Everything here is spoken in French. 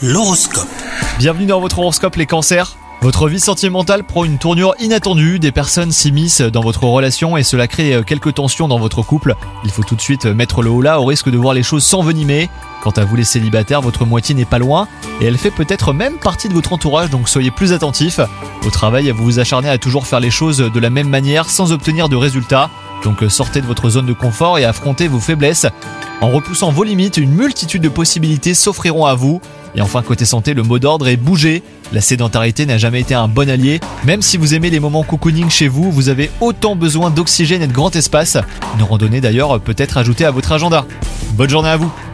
L'horoscope. Bienvenue dans votre horoscope les cancers. Votre vie sentimentale prend une tournure inattendue, des personnes s'immiscent dans votre relation et cela crée quelques tensions dans votre couple. Il faut tout de suite mettre le haut là au risque de voir les choses s'envenimer. Quant à vous les célibataires, votre moitié n'est pas loin et elle fait peut-être même partie de votre entourage, donc soyez plus attentifs. Au travail, vous vous acharnez à toujours faire les choses de la même manière sans obtenir de résultats. Donc sortez de votre zone de confort et affrontez vos faiblesses. En repoussant vos limites, une multitude de possibilités s'offriront à vous. Et enfin, côté santé, le mot d'ordre est bouger. La sédentarité n'a jamais été un bon allié. Même si vous aimez les moments cocooning chez vous, vous avez autant besoin d'oxygène et de grand espace. Une randonnée d'ailleurs peut être ajoutée à votre agenda. Bonne journée à vous!